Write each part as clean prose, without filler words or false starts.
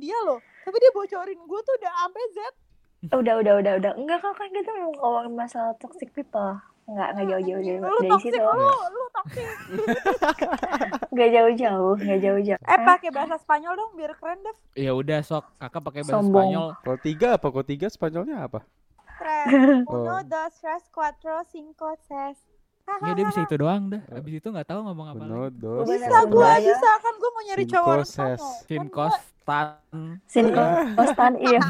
dia loh. Tapi dia bocorin gue tuh udah sampai Z. Udah. Enggak kan kita mau ngomongin masalah toxic people. Enggak jauh-jauh dari situ. Lu toxic. Enggak jauh-jauh. Pakai bahasa Spanyol dong biar keren deh. Ya udah sok, kakak pakai bahasa Sombong. Spanyol. Kalau tiga apa? Kalau tiga Spanyolnya apa? Keren. 1, 2, 3, 4, 5, 6. Ya dia bisa itu doang dah. Abis itu nggak tahu ngomong apa Uno, lagi. dos, Bisa Bahasa gue Melayu. bisa kan gue mau nyari cowok Cinco, ses. Sinkostan. Sinkostan iya.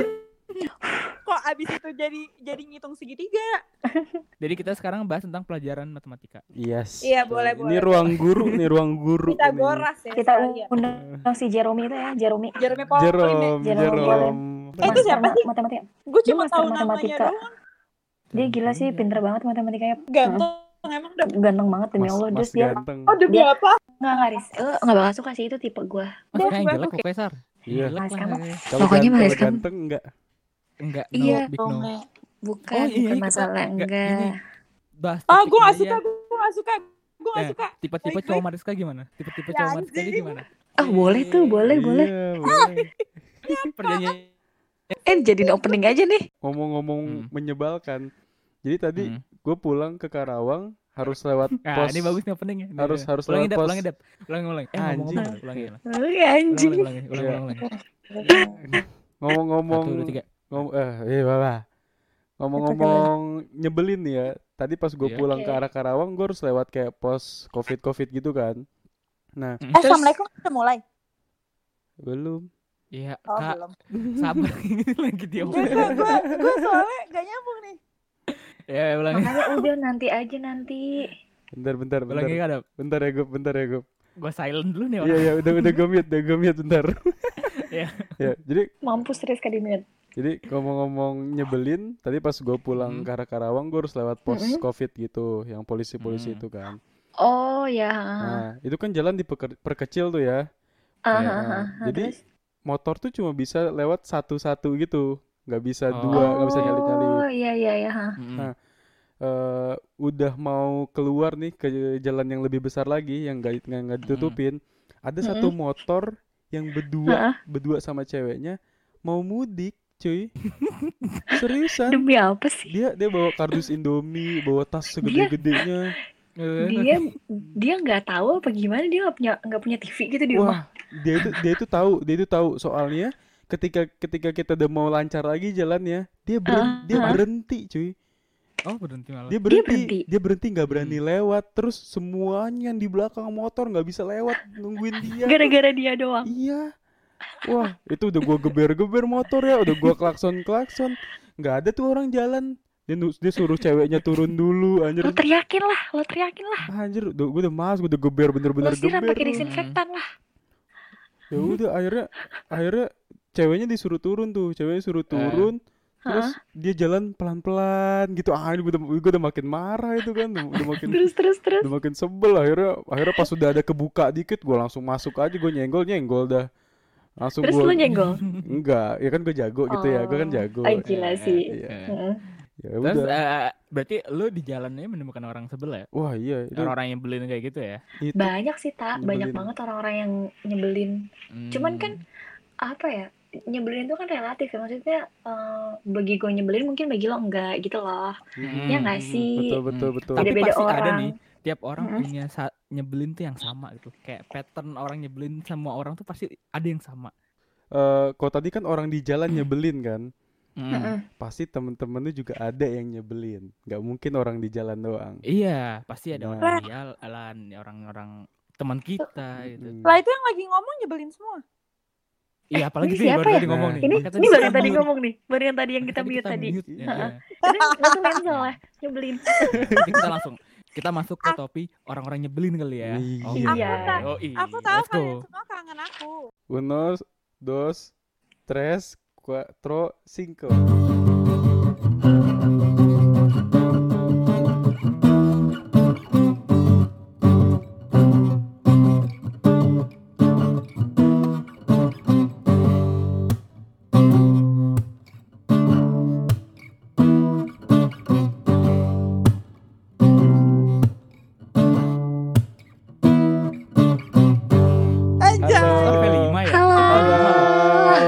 Kok abis itu jadi ngitung segitiga? Jadi kita sekarang bahas tentang pelajaran matematika. Yes. Iya, boleh. Ini ruang guru Kita ini. goras ya. Kita sekalian. undang si Jerome itu ya, Jerome. Jeremy Pauline. Jerome. Itu siapa sih? Matematika. Gue cuma Dia tahu master namanya matematika. doang. Dia gila sih, pinter banget matematikanya. Ganteng emang udah. Ganteng banget demi Allah. Mas Terus dia ganteng. Oh, demi Dia- apa? enggak Riz. Enggak bakal suka sih, itu tipe gue. Maksudnya yang Gue jelek oke. Profesor. Iya. Jelek Mas, lah. kamu- Kalau Pokoknya kalau Mas, kamu- ganteng enggak. Enggak, no, Iya. big no. Bukan, Oh, iya, bukan kita- masalah enggak, ini. enggak. Bahas Ah, gue topiknya gak suka. aja. Gue gak suka. Nah, tipe-tipe Baik-baik. cowok Mariska gimana? Tipe-tipe Ya, cowok Mariska anjing. gimana? Oh, boleh tuh, boleh. Iya, boleh. Perjanjian. Jadiin opening aja nih. Ngomong-ngomong menyebalkan. Jadi tadi Hmm. gue pulang ke Karawang harus lewat Nah, pos. ini bagus nih openingnya. Ini Harus- dia. harus ulangin lewat dap, pos. ulangin. Anjing. Ngomong-ngomong, ulangin. Anjing. Ulangi. Ngomong-ngomong 1, 2, 3. Bapak. Ngomong-ngomong nyebelin nih ya. Tadi pas gue Iya. pulang Oke. ke arah Karawang, gue harus lewat kayak pos COVID gitu kan. Nah, Assalamualaikum udah mulai. belum. Iya, Oh, Kak, belum. sabar ini lagi dia. Gue soalnya gak nyambung nih. Ya, ulangi. Makanya udah nanti. Bentar. Ulangi Kak, Dap. Bentar ya, Gop. Gue silent dulu nih Iya, orang. ya, udah gue mute bentar. Iya. Ya, jadi Mampus Rizka di mute. ngomong-ngomong nyebelin, tadi pas gue pulang ke arah Karawang, gue harus lewat pos Mm-mm. COVID gitu, yang polisi-polisi itu kan. Oh ya. Nah, itu kan jalan diperkecil tuh ya. Nah, jadi motor tuh cuma bisa lewat satu-satu gitu, nggak bisa dua, nggak bisa nyalip-nyalip. Oh iya. Mm-mm. Udah mau keluar nih ke jalan yang lebih besar lagi, yang nggak ditutupin. Ada satu motor yang berdua sama ceweknya mau mudik, cuy. Seriusan? Demi apa sih? Dia bawa kardus Indomie, bawa tas segede-gedenya. Dia nggak tahu apa gimana, dia nggak punya TV gitu di rumah. Wah, dia itu tahu soalnya ketika kita udah mau lancar lagi jalannya, dia berhenti, cuy. Oh, berhenti malah. Dia berhenti nggak berani lewat, terus semuanya yang di belakang motor nggak bisa lewat nungguin dia. Gara-gara dia doang. Iya. Wah, itu udah gua geber-geber motor ya, udah gua klakson, nggak ada tuh orang jalan. Dia suruh ceweknya turun dulu, anjir. Lo teriakin lah. Anjir, gua udah gua udah geber bener-bener Lo siram geber. pakai disinfektan lah. Ya udah akhirnya ceweknya disuruh turun tuh, terus dia jalan pelan-pelan gitu. Gue udah makin marah itu kan, udah makin Terus. udah makin sebel. Akhirnya pas sudah ada kebuka dikit, gue langsung masuk aja, gue nyenggol dah. Langsung Terus gua lo nyenggol. enggak, ya kan gue jago gitu ya, gue kan jago. Oh, gila sih. Iya. Ya Terus udah. berarti lu di jalannya menemukan orang sebelah ya? Wah iya, itu Orang-orang yang belin kayak gitu ya? Banyak sih, banyak Nyebelin. banget orang-orang yang nyebelin. Cuman kan apa ya, nyebelin itu kan relatif ya, maksudnya bagi gue nyebelin mungkin bagi lo enggak gitu loh. Ya nggak sih? Betul. Tapi Beda-beda pasti ada orang. nih, tiap orang punya nyebelin tuh yang sama gitu. Kayak pattern orang nyebelin sama orang tuh pasti ada yang sama. Kalau tadi kan orang di jalan nyebelin kan, pasti temen-temen lu juga ada yang nyebelin. Gak mungkin orang di jalan doang. Iya, pasti ada Nah. orang di jalan, orang-orang teman kita gitu. Lah itu yang lagi ngomong nyebelin semua. Iya, apalagi Ini sih siapa baru ya? tadi ngomong nih. Ini Kan baru yang kita tadi mute. ngomong nih, baru yang tadi yang kita Tadi mute tadi. mute, ya, iya. Tapi ngeselin soalnya, nyebelin. Jadi kita masuk ke topik orang-orang nyebelin kali ya. Iya. Aku tahu Let's go. kalian semua kangen aku. 1, 2, 3, 4, 5. Anjay. Sampai 5 ya? Halo.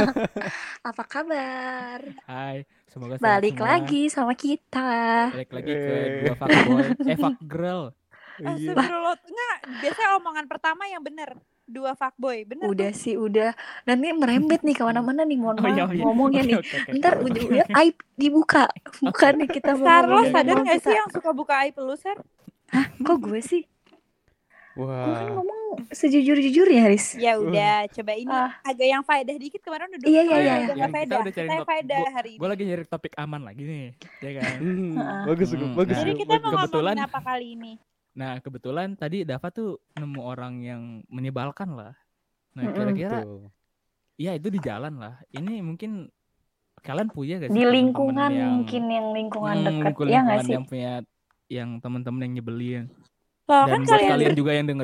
Apa kabar? Hai, semoga sehat Balik semua. lagi sama kita. Balik lagi ke dua fuckboy, fuckgirl. Iya. Astagfirullah. Enggak, biasanya omongan pertama yang bener. 2 fuckboy, bener Udah tuh. sih, udah. Nanti merembet nih kemana-mana nih, mohon Oh iya, maaf iya. ngomongnya nih. Oke. Ntar ujung-ujungnya aib dibuka. Bukan nih kita mau Sar, lo ngomongin sadar ngomong gak sih kita. yang suka buka aib lu, Sar? Kok gue sih? Gue kan Wah. ngomong sejujur-jujurnya, Haris. Ya udah, coba ini Ah. agak yang faedah dikit, kemarin udah Iya, dua, iya, iya. udah Yang nggak kita faedah. udah cari Kita faedah hari Gue ini. lagi nyari topik aman lagi nih, ya kan? Bagus, bagus. Jadi Nah, kita mau kebetulan- ngomongin apa kali ini? Nah, kebetulan tadi Dava tuh nemu orang yang menyebalkan lah. Nah, Mm-mm. kira-kira Betul. ya itu di jalan lah. Ini mungkin kalian punya gak sih Di teman-teman lingkungan yang mungkin yang lingkungan dekat. lingkungan Ya nggak sih? yang punya yang teman-teman yang nyebelin. Loh, Dan kan buat kalian kalian juga yang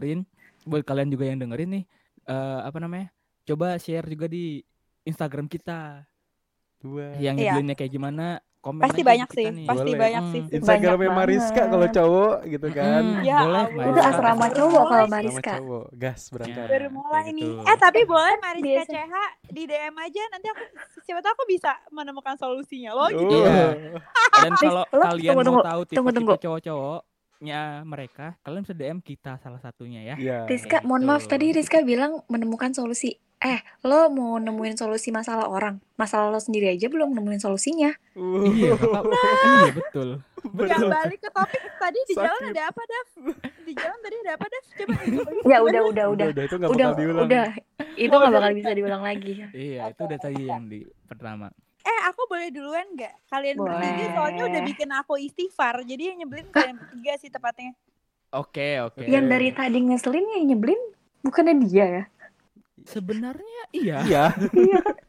dengerin nih, apa namanya? Coba share juga di Instagram kita. Wah. Yang Iya. nyebelinnya kayak gimana? Komen pasti aja banyak di kita sih, nih. pasti Boleh. banyak sih. Instagramnya Banyak Mariska banget. kalau cowok gitu kan. Ya boleh, Allah. Itu Mariska. asrama cowok kalau Mulai Sama Mariska. cowok. Gas berangkat. Ya. Baru mulai kayak nih. gitu. Tapi boleh Mariska Biasa. CH di DM aja, nanti aku siapa tahu aku bisa menemukan solusinya lo gitu. Oh. Iya. Dan kalau Lo, kalian tunggu. mau tahu Tunggu. tipe-tipe cowok-cowoknya mereka, kalian bisa DM kita salah satunya ya. Iya. Rizka, mohon maaf tadi Rizka bilang menemukan solusi. Lo mau nemuin solusi masalah orang, masalah lo sendiri aja belum nemuin solusinya. Iya, nggak apa-apa. Iya, betul. Yang balik ke topik tadi di jalan Sakit. ada apa, Dav? Di jalan tadi ada apa, Dav? Coba Ya udah. Udah, itu nggak bakal diulang. Udah. Itu nggak bakal bisa diulang lagi. Iya, itu udah tadi yang di pertama. Aku boleh duluan nggak? Kalian Boleh. bertiga soalnya udah bikin aku istighfar. Jadi yang nyebelin kalian bertiga sih tepatnya. Oke. Yang dari tadi ngeselin yang nyebelin bukannya dia ya? Sebenarnya iya. Iya. Iya kan?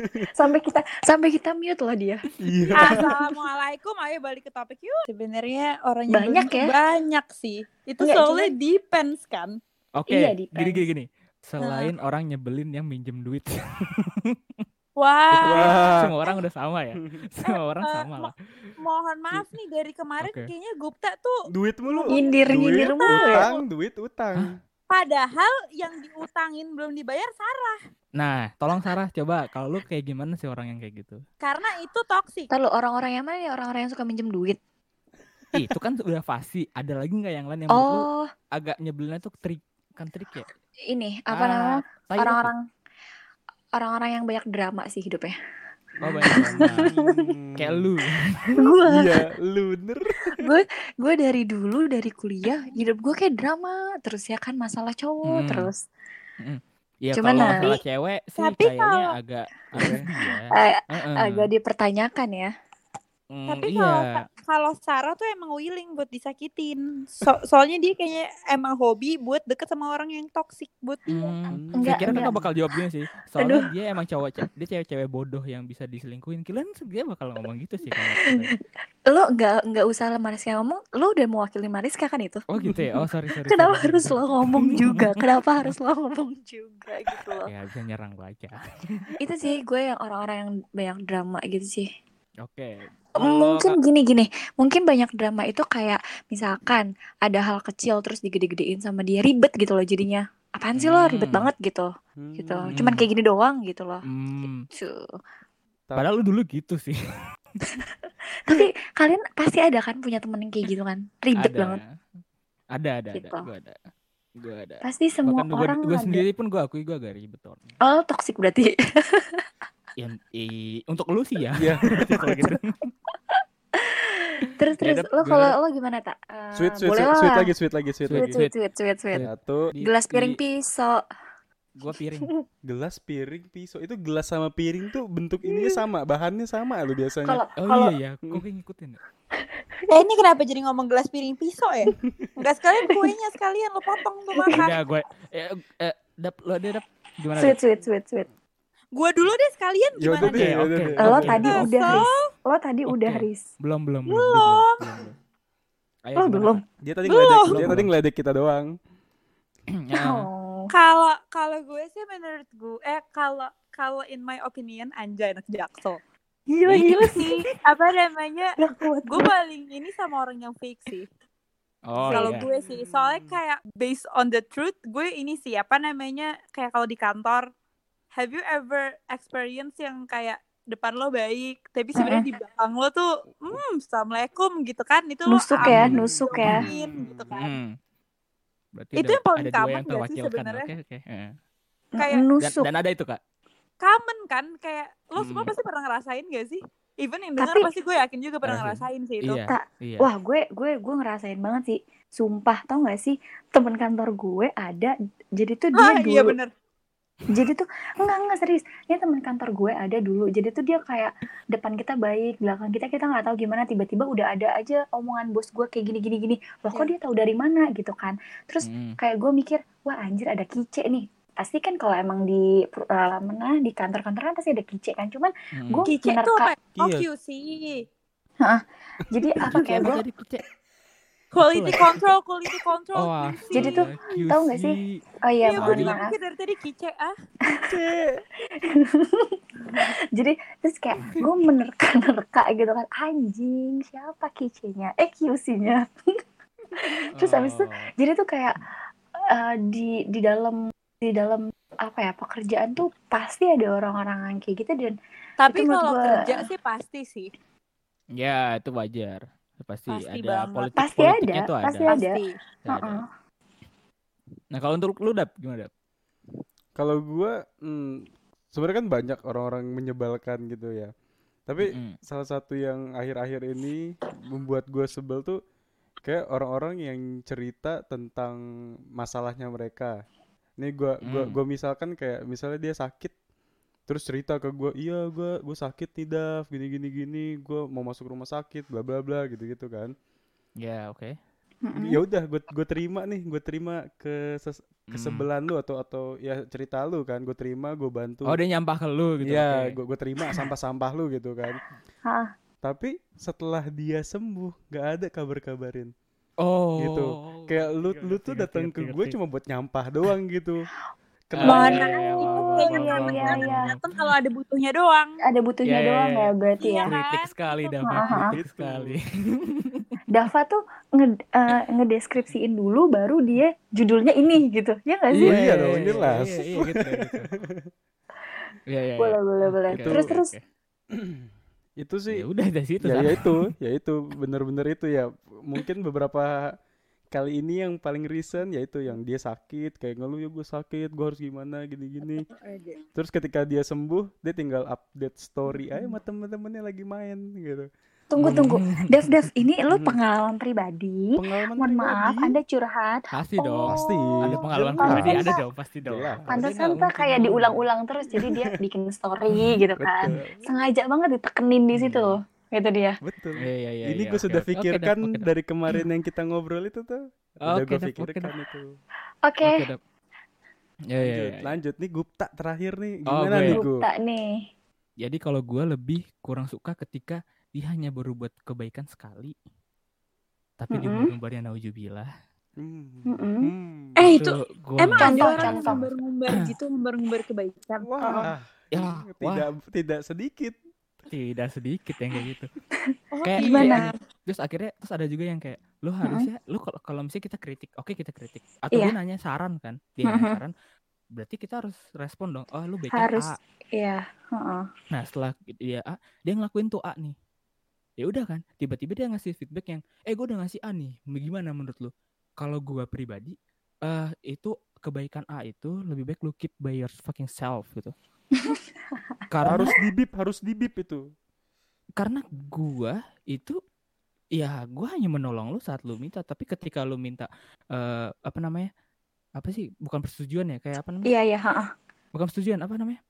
Sampai kita mute loh dia. Iya. Assalamualaikum, ayo balik ke topik yuk. Sebenarnya orang nyebelin Banyak tuh ya? banyak sih. Itu Enggak, soalnya depends kan. Oke, Iya, depends. gini. Selain orang nyebelin yang minjem duit. Wah, Wah. Semua orang udah sama ya. Semua orang sama lah. mohon maaf nih dari kemarin Oke. kayaknya Gupta tuh Duit mulu. Nyindir Duit mulu ya. duit utang. padahal yang diutangin belum dibayar Nah, tolong Sarah coba kalau lu kayak gimana sih orang yang kayak gitu? karena itu toksik. Ntar lo orang-orang yang mana nih? Orang-orang yang suka minjem duit. Itu kan udah pasti. Ada lagi nggak yang lain yang menurut lu Oh, agak nyebelinnya tuh trik ya? ini apa namanya? Tai Orang-orang yang banyak drama sih hidupnya. Oh, banyak drama. Kayak lu. Gue Iya, lu bener. gue dari dulu dari kuliah hidup gue kayak drama terus ya kan, masalah cowok terus. Ya Cuman kalau nah- masalah cewek sih tapi kayaknya kalau- agak ya. Agak dipertanyakan ya. Tapi Iya. kalau Sarah tuh emang willing buat disakitin. Soalnya dia kayaknya emang hobi buat deket sama orang yang toksik buat dia. Enggak, Saya kira enggak. kan bakal jawab gini sih. Soalnya dia emang dia cewek-cewek bodoh yang bisa diselingkuhin. Kalian dia bakal ngomong gitu sih kalau kita. Lo nggak usah Mariska ngomong, lo udah mewakili Mariska kan itu. Oh gitu ya. Oh sorry. Kenapa sorry. harus lo ngomong juga? Kenapa harus lo ngomong juga gitu loh? Ya bisa nyerang gua aja. Itu sih gue yang orang-orang yang banyak drama gitu sih. Oke. Mungkin gini, mungkin banyak drama itu kayak misalkan ada hal kecil terus digede-gedein sama dia, ribet gitu loh jadinya. Apaan sih lo ribet banget gitu. Gitu. Cuman kayak gini doang gitu loh. Gitu. Padahal lu dulu gitu sih. Tapi kalian pasti ada kan punya temen yang kayak gitu kan? Ribet banget. Ada. Gitu. Gue ada. Pasti semua Bahkan orang gue ada. sendiri pun gue akui gue agak ribet orang. Oh, toksik berarti. Ya, untuk lu sih ya. Iya. Kalau gitu. Terus Ya, lo kalau lo gimana tak? Sweet boleh lah. sweet lagi. Sweet. Satu, Gelas piring pisau. Gue piring. gelas piring pisau. Itu gelas sama piring tuh bentuk ininya sama, bahannya sama lo biasanya. Kalau Oh iya ya, kok kayak ngikutin ya? Ini kenapa jadi ngomong gelas piring pisau ya? Enggak sekalian kuenya sekalian lo potong tuh makan. Udah gue lo dia gimana? Dap? sweet. Gue dulu deh sekalian Ya udah gimana deh, deh? ya udah Oke. deh. Lo Oke. tadi Kesel. udah Riz. Lo tadi Oke. udah Riz. Belum. Ayo, Lo gimana, belum. Dia tadi Belum. ngeledek, dia tadi ngeledek kita doang. Kak? Ya. Oh. Kalau gue sih menurut gue kalau in my opinion anjay anak jaksel. Gila sih. Apa namanya? Gak kuat. Gue paling ini sama orang yang fake sih. Oh Kalau iya. gue sih, soalnya kayak based on the truth, gue ini sih apa namanya kayak kalau di kantor have you ever experience yang kayak depan lo baik, tapi sebenarnya di belakang lo tuh, assalamualaikum gitu kan? Itu lo Nusuk ya, nusuk ya. gitu kan? Berarti Itu yang paling ada dua common yang gak sih terwakilkan. sebenarnya? Oke. Kayak Nusuk. Dan ada itu Kak. common kan, kayak lo semua pasti pernah ngerasain gak sih? Even yang denger Tapi- pasti gue yakin juga pernah ngerasain sih itu. Iya. Wah, gue ngerasain banget sih. Sumpah, tau gak sih, temen kantor gue ada, jadi tuh dia dulu. Iya bener. Jadi tuh enggak serius. Ini teman kantor gue ada dulu. Jadi tuh dia kayak depan kita baik, belakang kita nggak tahu gimana, tiba-tiba udah ada aja omongan bos gue kayak gini. Loh kok dia tahu dari mana gitu kan. Terus kayak gue mikir, wah anjir ada kice nih. Pasti kan kalau emang di di kantor-kantor kan pasti ada kice kan. Cuman gue Kice tuh apa? Oh Iya. QC. Jadi apa kayak gue Quality control. Oh, QC. Jadi tuh tahu nggak sih? Oh iya, Iya, gue juga maaf. mikir dari tadi kice Jadi terus kayak gue menerka gitu kan, anjing siapa kicenya QC-nya. Terus habis itu jadi tuh kayak di dalam apa ya, pekerjaan tuh pasti ada orang-orang yang kayak gitu. Dan tapi itu menurut kalau gua- kerja sih pasti sih. Ya, itu wajar. Pasti ada banget. politiknya tuh Pasti ada. ada. Ada. Nah, kalau untuk lu Dap, gimana Dap? Kalau gue sebenarnya kan banyak orang-orang menyebalkan gitu ya. Tapi salah satu yang akhir-akhir ini membuat gue sebel tuh kayak orang-orang yang cerita tentang masalahnya mereka. Nih gue misalkan kayak misalnya dia sakit, terus cerita ke gue, iya gue sakit nih Dav, gini, gue mau masuk rumah sakit, bla bla bla gitu kan. Ya, oke. Ya udah gue terima kesebelan lu atau ya cerita lu kan, gue terima, gue bantu. Oh, dia nyampah ke lu gitu. Iya, oke. gue terima sampah lu gitu kan. Tapi setelah dia sembuh nggak ada kabarin. Oh. Gitu. Kayak lu tuh datang ke gue cuma buat nyampah doang gitu. Mana Iya, itu iya, kayaknya iya. datang kalau ada butuhnya doang. Ada butuhnya Iya, doang iya. ya berarti Iya ya. kan? Kritik sekali Dava, kritik sekali. Dava tuh ngedeskripsiin dulu baru dia judulnya ini gitu. Ya nggak sih? Iya dong, jelas. Iya, gitu. Iya. Boleh. Oke, Terus. oke. Itu sih. Ya udah dari situ. Ya itu bener-bener itu ya. Mungkin beberapa kali ini yang paling recent yaitu yang dia sakit, kayak ngeluh, ya gue sakit, gue harus gimana gini. Terus ketika dia sembuh, dia tinggal update story aja sama temen-temennya lagi main gitu. Tunggu. Dev, ini lu pengalaman pribadi. Pengalaman Mohon maaf, pribadi. Anda curhat. Pasti dong. Pasti. Ada pengalaman Jelas. pribadi, ada dong, pasti dong. Jelas. Pantesan tuh kayak diulang-ulang terus, jadi dia bikin story gitu kan. Betul. Sengaja banget ditekenin di situ. Gitu dia. Betul. Iya. Ini gue sudah oke, pikirkan Dap, oke, Dap. dari kemarin yang kita ngobrol itu tuh. Udah Oke, gue Dap, pikirkan oke, itu. Oke. Oke, Dap. Ya. Lanjut nih Gupta terakhir nih. Oh, Gimana gue. nih Gu? Gupta nih. Jadi kalau gue lebih kurang suka ketika dia hanya berbuat kebaikan sekali, tapi di umbar-umbarnya naujubillah. Itu gua emang nggak ada Contoh, orang contoh. ngumbar kebaikan. Wah. Ya, Tidak sedikit. tidak sedikit yang kayak gitu. Oh, Kayak gimana? terus akhirnya ada juga yang kayak lu harusnya lu kalau misalnya kita kritik, oke kita kritik. Atau Iya. dia nanya saran kan, dia nanya saran, berarti kita harus respon dong. Oh lu baiknya Harus. A. Iya. Nah setelah dia A, dia ngelakuin tuh A nih. Ya udah kan, tiba-tiba dia ngasih feedback yang, gue udah ngasih A nih, gimana menurut lu? Kalau gua pribadi, itu kebaikan A itu lebih baik lu keep by your fucking self gitu. Karena Harus dibip itu. karena gua itu, ya gua hanya menolong lu saat lu minta, tapi ketika lu minta apa sih? Bukan persetujuan ya, kayak apa namanya? Iya. Bukan persetujuan, apa namanya?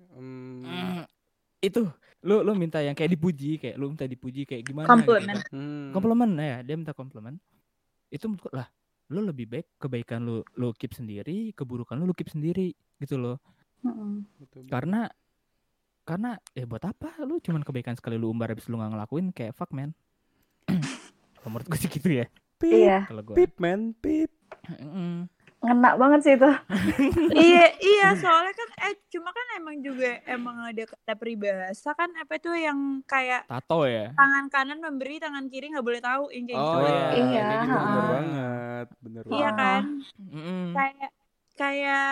Itu lu minta yang kayak dipuji, kayak lu minta dipuji kayak gimana Komplimen. gitu kan. Komplimen ya, dia minta komplimen. Itu menurut gua, lah lu lebih baik kebaikan lu keep sendiri, keburukan lu keep sendiri gitu loh. Betul. Karena buat apa lu cuman kebaikan sekali lu umbar habis lu nggak ngelakuin, kayak fuck man. Kalau menurut gue sih gitu ya. Iya. Kalau gue. Pip man, pip. Ngena banget sih itu. iya soalnya kan cuma kan emang ada kata peribahasa kan apa itu yang kayak Tato ya. tangan kanan memberi, tangan kiri nggak boleh tahu yang kayak gitu. Iya. kayak gitu. Bener banget. Iya kan? Mm-mm. Kayak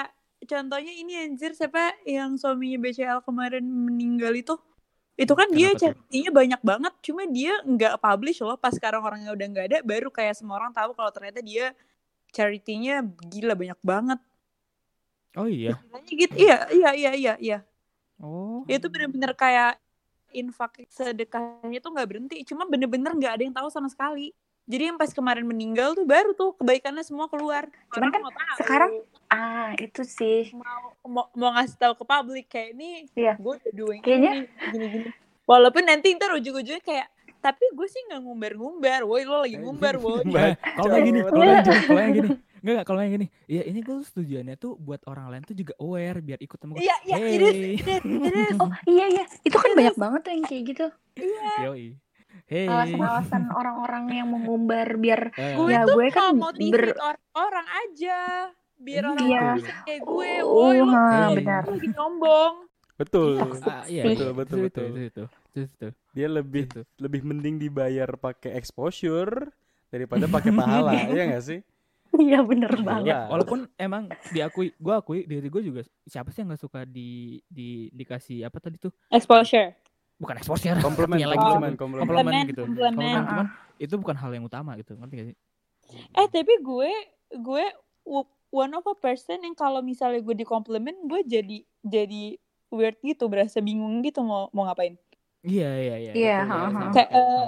contohnya ini anjir, siapa yang suaminya BCL kemarin meninggal itu kan dia Kenapa tuh? charity-nya banyak banget, cuma dia nggak publish loh. Pas sekarang orangnya udah nggak ada, baru kayak semua orang tahu kalau ternyata dia charity-nya gila banyak banget. Oh iya. Istilahnya gitu. Iya. Oh. Dia tuh bener-bener kayak infak sedekahnya tuh nggak berhenti, cuma bener-bener nggak ada yang tahu sama sekali. Jadi yang pas kemarin meninggal tuh baru tuh kebaikannya semua keluar. Cuman kan Orang mau tahu. sekarang itu sih mau ngasih tahu ke publik kayak ini Iya. gue udah doing Kayaknya- ini gini. Walaupun nanti ntar ujung-ujungnya kayak tapi gue sih nggak ngumbar-ngumbar, woi lo lagi ngumbar, woi. Kalau yang gini, kalau yang gini, ya ini gue tujuannya tuh buat orang lain tuh juga aware biar ikut sama gue. Iya, it is. oh iya itu kan banyak banget tuh yang kayak gitu. Yoi. Hey. Alasan-alasan orang-orang yang mengumbar biar Gue ya tuh gue kan mau motivate orang aja biar orang Iya. bisa kayak gue, woi lo benar. lagi nyombong. Betul. Iya, Betul. Itu. Dia lebih mending dibayar pakai exposure daripada pakai pahala, ya nggak sih? Iya bener banget. Jelas. Walaupun emang gue akui diri gue juga, siapa sih yang nggak suka dikasih apa tadi tuh? Exposure. Bukan exposure. Komplement gitu. Komplement. Cuman itu bukan hal yang utama gitu, ngerti gak sih? Tapi gue one of a person yang kalau misalnya gue dikomplimen gue jadi weird gitu, berasa bingung gitu mau ngapain. Iya. Iya, Kayak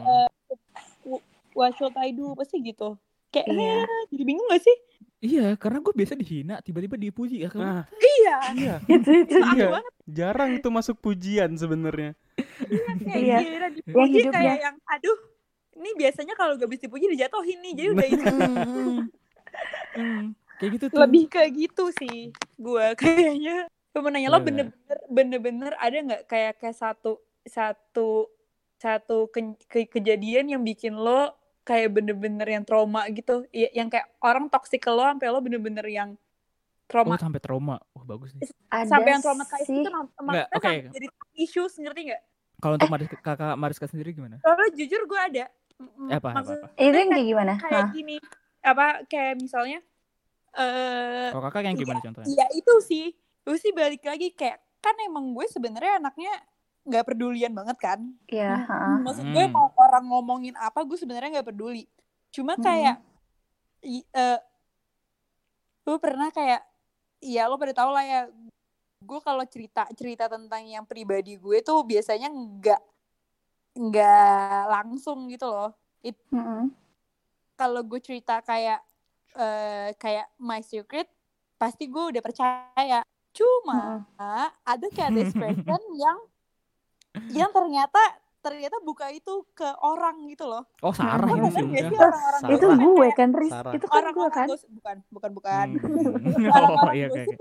what should I do pasti gitu. Kayak jadi bingung gak sih? Iya, karena gue biasa dihina, tiba-tiba dipuji ya kan? Iya. Itu Iya. Jarang itu masuk pujian sebenarnya. Iya. Yang hidupnya kayak yang aduh, ini biasanya kalau gak bisa dipuji dijatuhin nih, jadi udah itu. Kayak gitu tuh. Lebih kayak gitu sih gue kayaknya. Gue mau nanya lo bener-bener ada nggak kayak satu kejadian yang bikin lo kayak bener-bener yang trauma gitu, yang kayak orang toksik ke lo sampai lo bener-bener yang trauma. Oh, sampai trauma. Wah, bagus nih. Sampai yang trauma kayak sih. itu Nggak, oke. jadi issues, ngerti nggak? Kalau untuk kakak Mariska sendiri gimana? Kalau jujur gue ada. Apa? Itu yang kayak gimana? Kayak gini, kayak misalnya Kalau kakak yang gimana contohnya? Iya itu sih balik lagi kayak kan emang gue sebenarnya anaknya nggak pedulian banget kan. Iya. Maksud gue mau orang ngomongin apa gue sebenarnya nggak peduli. Cuma kayak gue pernah kayak ya lo pada tahu lah ya, gue kalau cerita tentang yang pribadi gue tuh biasanya nggak langsung gitu loh. Kalau gue cerita kayak my secret pasti gue udah percaya. Cuma ada kayak this person yang ternyata buka itu ke orang gitu loh. Oh, Sarah Lo ini bener sih gak sih udah. orang-orang Itu gosip gue kayak kan, Riz. Sarah. Itu kan gue orang-orang kan. gosip bukan. Oh, iya, Gosip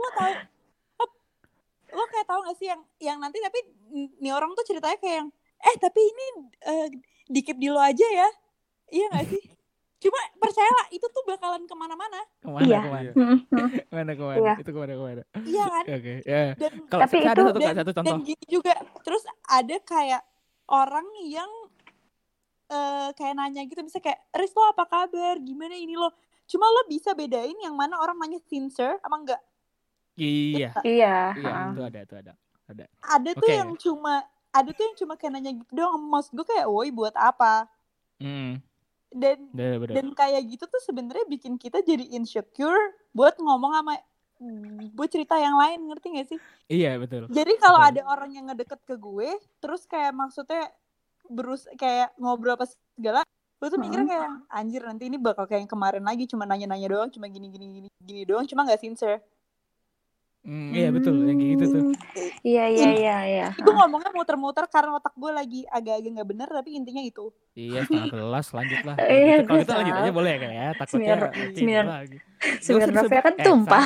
lo kayak tahu gak sih yang nanti tapi nih orang tuh ceritanya kayak yang tapi ini dikip di lo aja ya, iya gak sih? Cuma percayalah itu tuh bakalan kemana-mana. Iya. Kemana? Iya. Itu kemana? Iya kan? Oke, ya. Dan Kalau tapi ada itu- satu contoh. dan gini juga, terus ada kayak orang yang kayak nanya gitu, bisa kayak Riz lo apa kabar, gimana ini lo, cuma lo bisa bedain yang mana orang nanya sincere apa enggak. Iya. Iya. Itu ada. Ada tuh Oke. yang cuma kayak nanya gitu doang. Maksud gue kayak woi buat apa. Bener. Dan kayak gitu tuh sebenarnya bikin kita jadi insecure buat ngomong sama buat cerita yang lain, ngerti gak sih? Iya, betul. Jadi kalau Betul. ada orang yang ngedeket ke gue terus kayak maksudnya kayak ngobrol apa segala, gue tuh mikirnya kayak anjir nanti ini bakal kayak yang kemarin lagi, cuma nanya-nanya doang, cuma gini doang, cuma gak sincere. Iya, betul, yang kayak gitu tuh. Iya. Itu ngomongnya muter-muter karena otak gue lagi agak-agak gak bener, tapi intinya itu. Iya, setengah gelas, lanjut lah. Iya, Kalau gitu bisa. lanjut aja boleh kan ya, takutnya Seminar lagi. Smirnoffnya kan tumpah.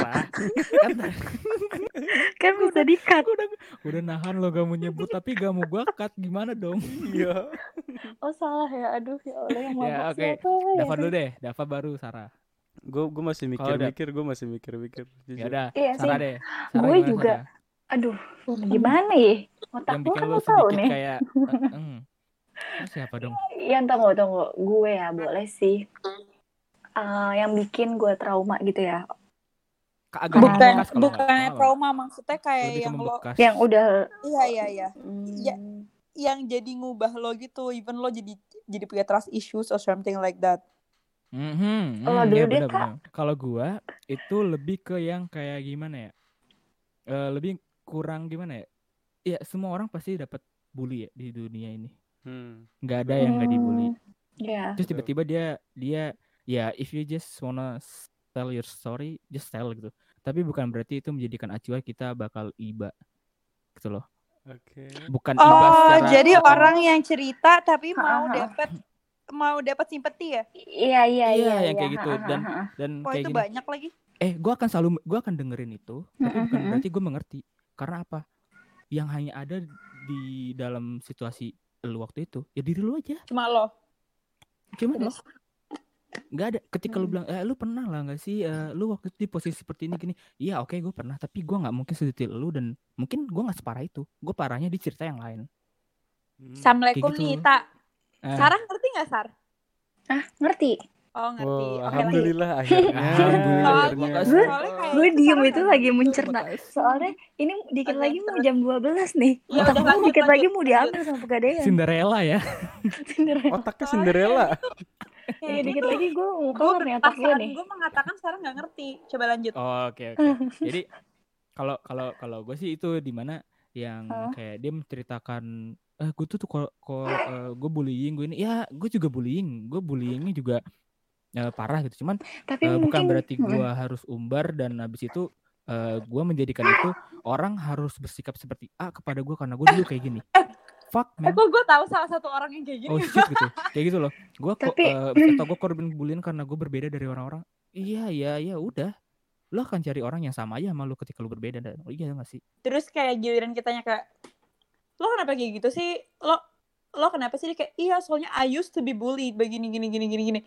Kan bisa di-cut. Udah nahan lo gak mau nyebut, tapi gak mau gua cut, gimana dong? Iya. Oh salah ya, aduh ya Allah yang Ya, mabuk oke. siapa ya? Dava dulu deh, Dava baru Sarah. Gue masih Kalau udah- mikir-mikir. Ya udah, Iya sih. Sarah deh. Gue gimana, juga. Sarah? Aduh, gimana ya? Otak Yang gue bikin kan lo lo tahu sedikit nih. kayak siapa dong? Yang tunggu. Gue ya boleh sih. Yang bikin gue trauma gitu ya. agak Bukan membekas kalau nggak bukannya salah. trauma, maksudnya kayak Lebih ke yang lo membekas. Yang udah iya. Ya, yang jadi ngubah lo gitu, even lo jadi punya trust issues or something like that. Kalau dulu Ya deh, benar-benar. Kalau gua itu lebih ke yang kayak gimana ya? Lebih kurang gimana ya? Ya semua orang pasti dapat bully ya di dunia ini. Nggak ada yang nggak dibully. ya. Terus tiba-tiba dia ya if you just wanna tell your story, just tell gitu. Tapi bukan berarti itu menjadikan acuan kita bakal iba gitu loh. Oke. Bukan iba secara Jadi bukan- orang yang cerita tapi Ha, mau dapat simpati ya? Iya, yang kayak gitu dan Wah, kayak itu gini. banyak lagi. Gue akan dengerin itu, tapi bukan berarti gue mengerti. Karena apa? Yang hanya ada di dalam situasi lu waktu itu, ya diri lu aja. Cuma lo. Nggak ada. Ketika lu bilang, lu pernah lah nggak sih, lu waktu itu di posisi seperti ini gini. Iya, oke, gue pernah, tapi gue nggak mungkin sedetail lu dan mungkin gue nggak separah itu. Gue parahnya di cerita yang lain. Assalamualaikum Kayak gitu. Nita. Sarah ngerti nggak, Sar? Ngerti. Oh, ngerti. Oh, Oke, alhamdulillah akhirnya. Gue diem itu lagi mencerna. Soalnya ini dikit lagi mau jam 12 nih. Ya, Otak udah, gue lanjut, dikit lanjut, lagi mau diambil sama Pegadaian. Cinderella ya. Otaknya Cinderella. Iya, dikit lagi gue mau keluar nih otak gue nih. Gue mengatakan Sarah nggak ngerti. Coba lanjut. Oh, oke. Jadi kalau gue sih itu di mana yang kayak dia menceritakan gue tuh gue bullying gue ini, ya gue juga bullyingnya juga parah gitu, cuman Tapi bukan mungkin berarti gue harus umbar dan habis itu gue menjadikan itu orang harus bersikap seperti A kepada gue karena gue dulu kayak gini. Fuck man. Gue tahu salah satu orang yang kayak gini. Oh shit gitu, kayak gitu loh. Gue atau gue korban bullying karena gue berbeda dari orang-orang. Iya udah, lo akan cari orang yang sama aja sama lo ketika lo berbeda. Dan iya nggak sih? Terus kayak giliran kitanya kayak, lo kenapa kayak gitu sih? Lo kenapa sih? Dia kayak, iya soalnya I used to be bullied begini gini.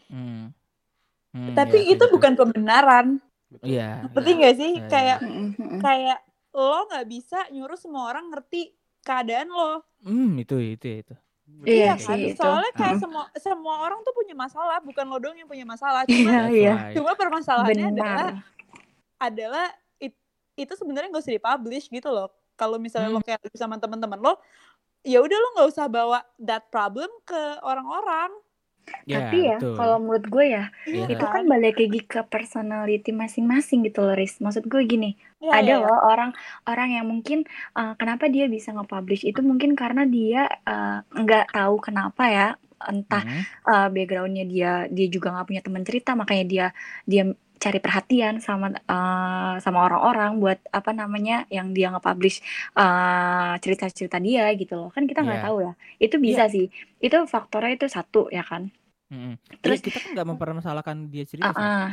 Tapi ya, itu gitu. bukan pembenaran. Iya. Ngerti nggak sih? Ya. Kayak lo nggak bisa nyuruh semua orang ngerti keadaan lo. Itu. Iya kan? sih itu. Soalnya kayak semua orang tuh punya masalah, bukan lo doang yang punya masalah. Iya. Cuma permasalahannya Benar. adalah itu sebenarnya nggak usah dipublish gitu loh. Kalau misalnya lo kayak sama teman-teman lo, ya udah lo nggak usah bawa that problem ke orang-orang. Tapi ya kalau menurut gue ya itu kan balik lagi ke personality masing-masing gitu loh, Riz. Maksud gue gini, ada loh orang yang mungkin kenapa dia bisa nge-publish itu mungkin karena dia nggak tahu kenapa ya, entah backgroundnya dia juga nggak punya teman cerita, makanya dia cari perhatian sama orang-orang buat apa namanya yang dia nge-publish cerita-cerita dia gitu loh. Kan kita nggak tahu ya. Itu bisa sih. Itu faktornya itu satu ya kan. Terus kita kan nggak mempermasalahkan dia cerita.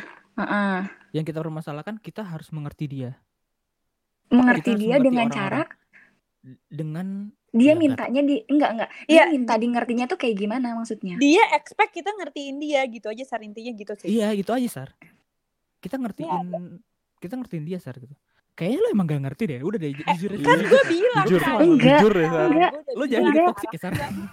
Yang kita permasalahkan kita harus mengerti dia. Mengerti dia dengan cara dengan dia mintanya enggak. Dia minta di ngertinya tuh kayak gimana maksudnya? Dia expect kita ngertiin dia gitu aja, Sar, intinya gitu sih. Iya, gitu aja, Sar. Kita ngertiin dia, Sar, gitu. Kayaknya lo emang gak ngerti deh. Udah deh, jujur aja. Kan gue bilang jujur ya, Sar. Lo jangan jadi toksik ya, Sar.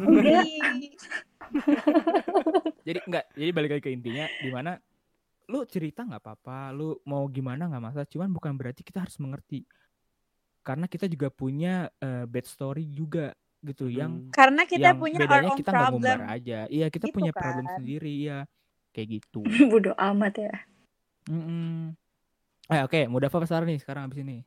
Jadi balik lagi ke intinya, dimana lu cerita nggak apa-apa, lu mau gimana nggak masalah, cuman bukan berarti kita harus mengerti, karena kita juga punya bad story juga gitu, yang karena kita yang punya bedanya our own kita nggak problem ngumbar aja, iya kita gitu punya kan. problem sendiri ya, kayak gitu. Bodoh amat ya. Oke, mau Dava Sarah nih sekarang abis ini.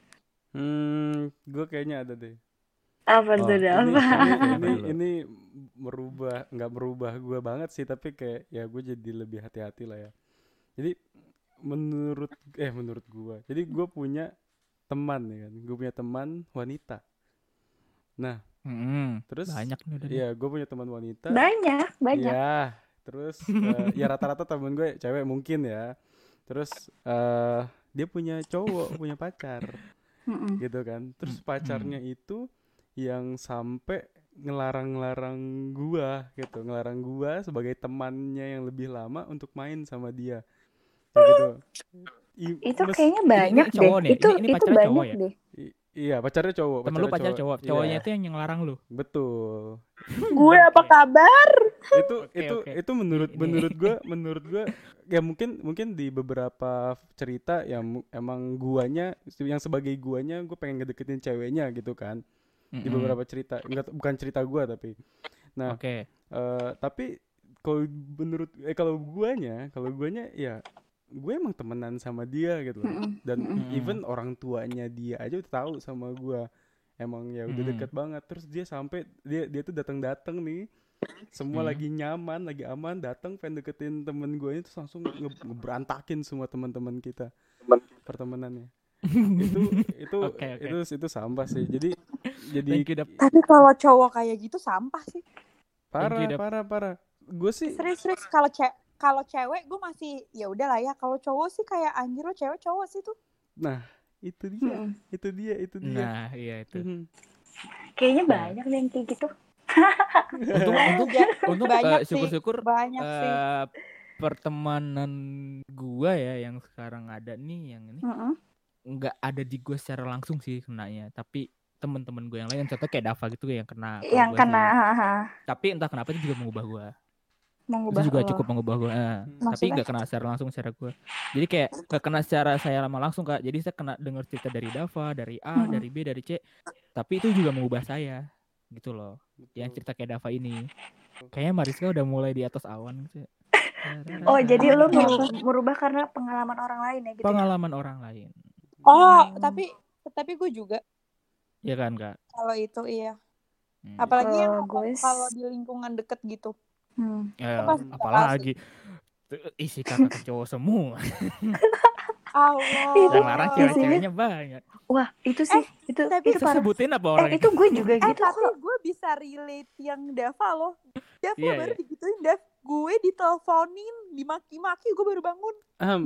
Gue kayaknya ada deh. Apa tuh ini nggak merubah gue banget sih, tapi kayak ya gue jadi lebih hati-hati lah ya. Jadi menurut gue, jadi gue punya teman ya kan, gue punya teman wanita. Nah, terus banyak nih udah. Iya, gue punya teman wanita. Banyak. Ya, terus ya rata-rata temen gue cewek mungkin ya. Terus dia punya cowok, punya pacar, gitu kan. Terus pacarnya itu yang sampai ngelarang gua sebagai temannya yang lebih lama untuk main sama dia, gitu. Itu kayaknya banyak deh. Itu banyak ya? deh. Iya, pacarnya cowok. Temen lu pacar cowok, cowoknya iya. itu yang ngelarang lu. Betul. Gue apa kabar? Itu menurut gue ya mungkin di beberapa cerita ya emang guanya yang sebagai guanya gue pengen ngedeketin ceweknya gitu kan. Di beberapa cerita, bukan cerita gue tapi. Nah, tapi kalau guanya ya gue emang temenan sama dia gitu loh. Dan even orang tuanya dia aja udah tahu sama gue. Emang ya udah deket banget. Terus dia sampai dia tuh datang nih. Semua lagi nyaman, lagi aman, datang pengen deketin temen gue itu langsung ngeberantakin semua teman-teman kita pertemanannya. itu sampah sih. Jadi tapi kalau cowok kayak gitu sampah sih. Parah. Gue sih serius kalau cewek gue masih ya udahlah ya. Kalau cowok sih kayak anjir lo cewek cowok sih tuh. Nah, itu dia. Nah, iya itu. Kayaknya banyak yang kayak gitu. Untuk syukur-syukur banyak sih. Pertemanan gua ya yang sekarang ada nih yang ini nggak ada di gua secara langsung sih kenanya, tapi teman-teman gue yang lain contoh kayak Dava gitu yang kena tapi entah kenapa itu juga mengubah gua. Itu juga cukup mengubah gue, tapi nggak kena secara langsung secara gue. Jadi kayak nggak kena secara saya lama langsung Kak. Jadi saya kena dengar cerita dari Dava, dari A, dari B, dari C. Tapi itu juga mengubah saya, gitu loh. Yang cerita kayak Dava ini, kayaknya Mariska udah mulai di atas awan gitu. Oh jadi lo merubah karena pengalaman orang lain ya gitu? Pengalaman orang lain. Oh tapi gue juga. Iya kan Kak? Kalau itu iya. Apalagi yang kalau di lingkungan deket gitu. Apalagi isi kakak cowok semua. Allah. Yang larang cewek-ceweknya banyak. Wah itu sih itu sebutin apa orang itu gue juga gitu tapi gue bisa relate yang Dava loh. Dava baru digituin Dav. Gue diteleponin, dimaki-maki, gue baru bangun.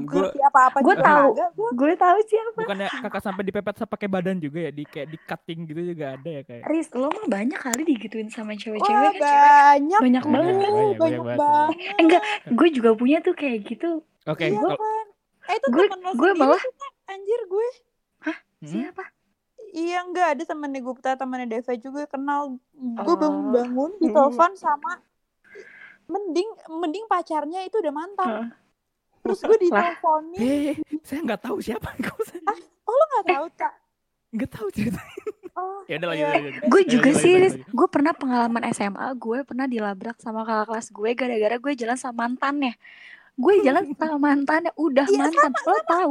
Gue tahu siapa. Bukannya kakak sampai dipepet pakai badan juga ya, kayak di cutting gitu juga ada ya kayak. Riz, lo mah banyak kali digituin sama cewek-cewek. Banyak banget. Enggak, gue juga punya tuh kayak gitu. Oke. Iya kan. Itu temen lo sendiri malah anjir gue. Hah? Siapa? Iya enggak ada temennya Deva juga kenal. Gue bangun ditelepon sama mending pacarnya itu udah mantan. Terus gue diteleponin. Saya nggak tahu siapa. Oh lo nggak tahu Kak? Nggak tahu cerita. Ya udah lanjut. Gue juga sih. Gue pernah pengalaman SMA. Gue pernah dilabrak sama kakak kelas gue gara-gara gue jalan sama mantannya. Gue jalan sama mantannya udah mantan. Lo tahu?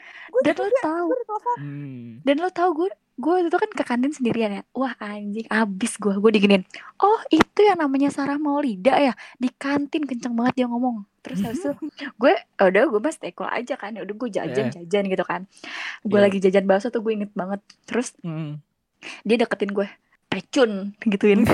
Dan lo tahu gue itu kan ke kantin sendirian ya. Wah anjing abis gue diginin. Oh itu yang namanya Sarah Maulida ya. Di kantin kenceng banget dia ngomong. Terus habis itu gue mas stay cool aja kan. Udah gue jajan gitu kan. Gue lagi jajan bakso tuh gue inget banget. Terus dia deketin gue. Pecun gituin.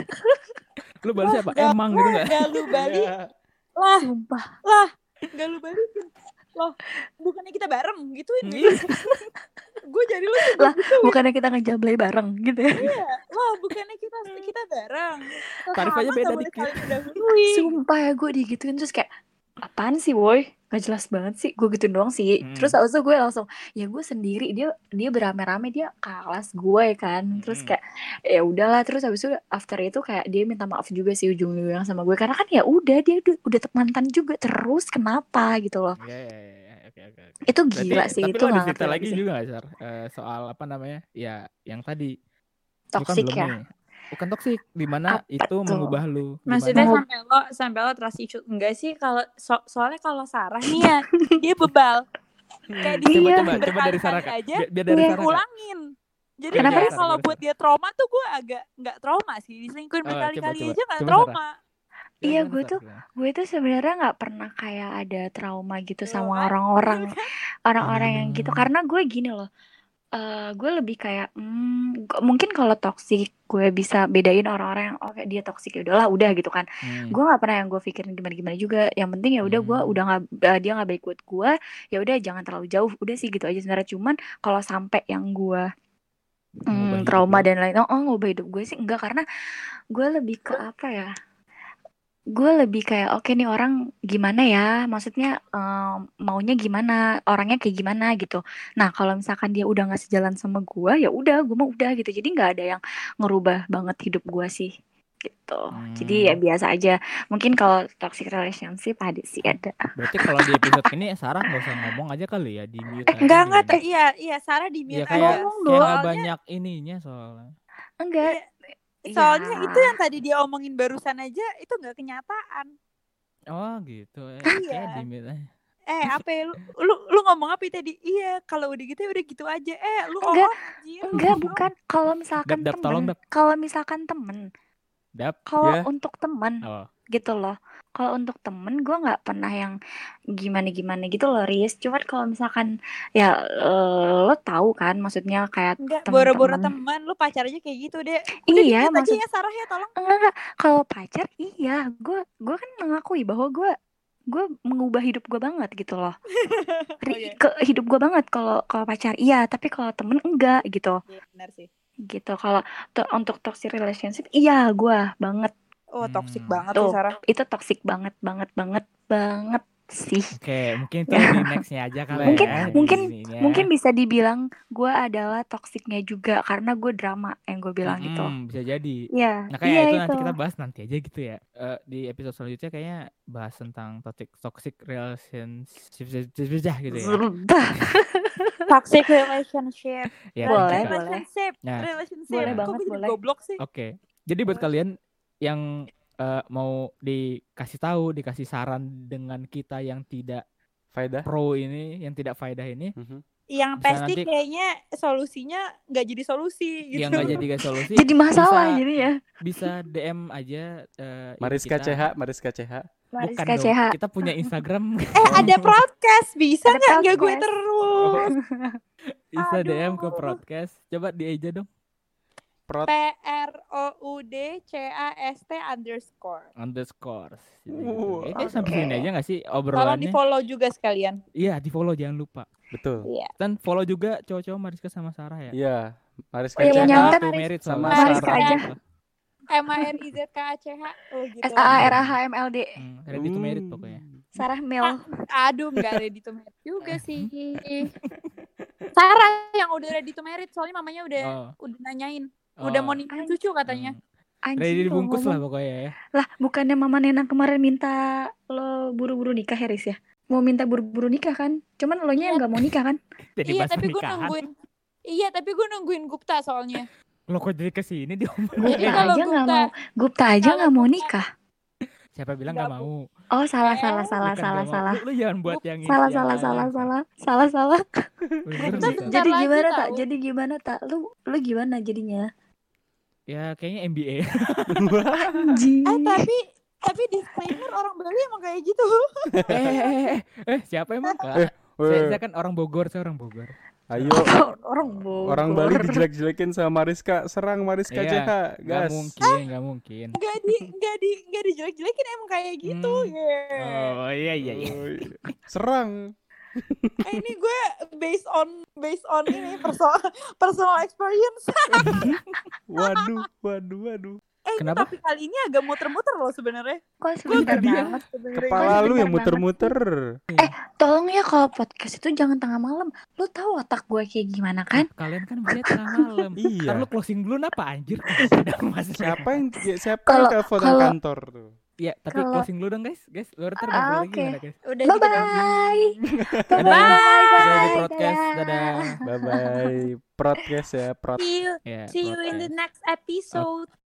Lu balas apa? Emang gitu gak? Gak lu balik. Lah sumpah. Gak lu balikin. Loh bukannya kita bareng gituin gitu. Gue jadi lu lah gitu, bukannya kita ngejablay bareng gitu ya. Iya wah bukannya kita bareng tarif aja beda dikit. Sumpah ya gue digituin terus kayak apaan sih boy gak jelas banget sih gue gituin doang sih. Terus abis itu gue langsung ya gue sendiri dia beramai-ramai dia kelas gue kan. Terus kayak ya udahlah. Terus abis itu after itu kayak dia minta maaf juga sih ujung-ujungnya sama gue karena kan ya udah dia udah mantan juga terus kenapa gitu loh. Okay. Itu gila sih. Tapi itu lo ada cerita lagi juga gak Sar? Soal apa namanya ya yang tadi toxic ya. Bukan toxic, dimana itu mengubah lu. Maksudnya sampai lo trust issue enggak sih kalau soalnya kalau Sarah nih ya dia bebal. Kayak coba dari Sarah aja. Biar dari Sarah ulangin. Jadi kayak kalau buat dia trauma tuh gue agak nggak trauma sih. Diselingkuhin berkali-kali aja nggak trauma. Iya gue tuh sebenarnya nggak pernah kayak ada trauma gitu sama orang-orang yang gitu karena gue gini loh. Gue lebih kayak mungkin kalau toksik gue bisa bedain orang-orang yang oke dia toksik ya udahlah udah gitu kan. Gue nggak pernah yang gue pikirin gimana juga. Yang penting ya udah gue udah nggak dia nggak baik buat gue ya udah jangan terlalu jauh udah sih gitu aja sebenarnya. Cuman kalau sampai yang gue trauma dan lain ngubah hidup gue sih enggak karena gue lebih ke apa ya. Gue lebih kayak oke nih orang gimana ya maksudnya maunya gimana orangnya kayak gimana gitu. Nah kalau misalkan dia udah nggak sejalan sama gue ya udah gue mau udah gitu jadi nggak ada yang ngerubah banget hidup gue sih gitu. Jadi ya biasa aja. Mungkin kalau toxic relationship ada sih ada. Berarti kalau di episode ini Sarah nggak usah ngomong aja kali ya, di mute aja. Enggak, gitu. iya Sarah di mute Ya kayak aja. nggak banyak ininya soalnya. Enggak. Soalnya Ya. itu yang tadi dia omongin barusan aja itu nggak kenyataan. Oh gitu. Iya. Di mute aja. Apa ya, lu ngomong apa tadi? Iya, kalau udah gitu ya udah gitu aja. Lu Enggak, bukan. Kalau misalkan Dap, tolong, temen, Dap. kalau misalkan temen, Dap. kalau Ya. untuk temen gitu loh. Kalau untuk temen gue nggak pernah yang gimana gitu loh, Riz. Cuman kalau misalkan ya lo tahu kan, maksudnya kayak enggak temen-temen. boro-boro teman, lu pacar aja kayak gitu deh. Iya, maksud aja ya Sarah ya, tolong. Enggak. Kalau pacar iya, gue kan mengakui bahwa gue mengubah hidup gue banget gitu loh. Ke hidup gue banget kalau pacar iya, tapi kalau temen enggak gitu. Iya, benar sih. Gitu. Kalau untuk toxic relationship iya gue banget. Oh, toxic banget tuh, sih Sarah. Itu toxic banget sih. Oke, mungkin itu di nextnya aja kali ya. Mungkin bisa dibilang gue adalah toksiknya juga karena gue drama yang gue bilang gitu. Bisa jadi. Iya. Nah kayak itu nanti kita bahas nanti aja gitu ya. Di episode selanjutnya kayaknya bahas tentang toxic relationship gitu ya. Toxic relationship. Ya, boleh. Relationship. Boleh banget, boleh. Goblok sih. Oke. Jadi buat kalian yang mau dikasih saran dengan kita yang tidak faedah pro ini, yang tidak faedah ini, yang pasti kayaknya solusinya nggak jadi solusi gitu. Yang nggak jadi solusi. Jadi masalah jadi ya. Bisa DM aja Mariska CH. Bukan dong. Kita punya Instagram. Ada podcast, bisa nggak gue terus? Bisa DM ke podcast. Coba di aja dong. PROUDCAST _. Sampai sini aja nggak sih obrolannya? Tolong di follow juga sekalian. Iya, di follow jangan lupa. Betul. Iya. Dan follow juga cowok-cowok Mariska sama Sarah ya. Iya. Mariska CH merit sama Mariska aja. MARIZKACH. Oh gitu. SARAHMLD. Ready to merit pokoknya. Sarah Mel. Aduh, nggak ready to merit juga sih. Sarah yang udah ready to merit, soalnya mamanya udah nanyain. Udah mau nikah cucu katanya. Ready dibungkus lah pokoknya ya. Lah, bukannya mama Nena kemarin minta lo buru-buru nikah ya, Riz ya? Mau minta buru-buru nikah kan? Cuman lo nya nggak mau nikah kan? Iya, tapi gue nungguin Gupta soalnya. Lo kok jadi kesini Gupta aja nggak mau nikah. Siapa bilang nggak mau? Oh, salah. Lu jangan buat yang salah. Jadi gimana tak? Lu gimana jadinya? Ya kayaknya MBA. Tapi disclaimer orang Bali emang kayak gitu. Siapa emang Kak? Saya kan orang Bogor, Ayo. Orang Bali dijelek-jelekin sama Mariska, serang Mariska CH, gas. Gak mungkin. Enggak dijelek-jelekin, emang kayak gitu. Oh iya. Serang. Ini gue based on ini personal experience. Waduh. Kenapa? Tapi kali ini agak muter-muter loh sebenarnya. Kok sebentar banget? Kepala lu yang muter-muter. Tolong ya kalau podcast itu jangan tengah malam. Lu tahu otak gue kayak gimana kan? Kalian kan bisa tengah malam. Iya. Lu closing dulu apa anjir? Siapa yang telepon kantor tuh? Iya, tapi closing dulu dong guys. Lu ntar ngobrol lagi gimana guys? Udah bye. Di podcast, dadah. Bye. Podcast ya. See you in the next episode.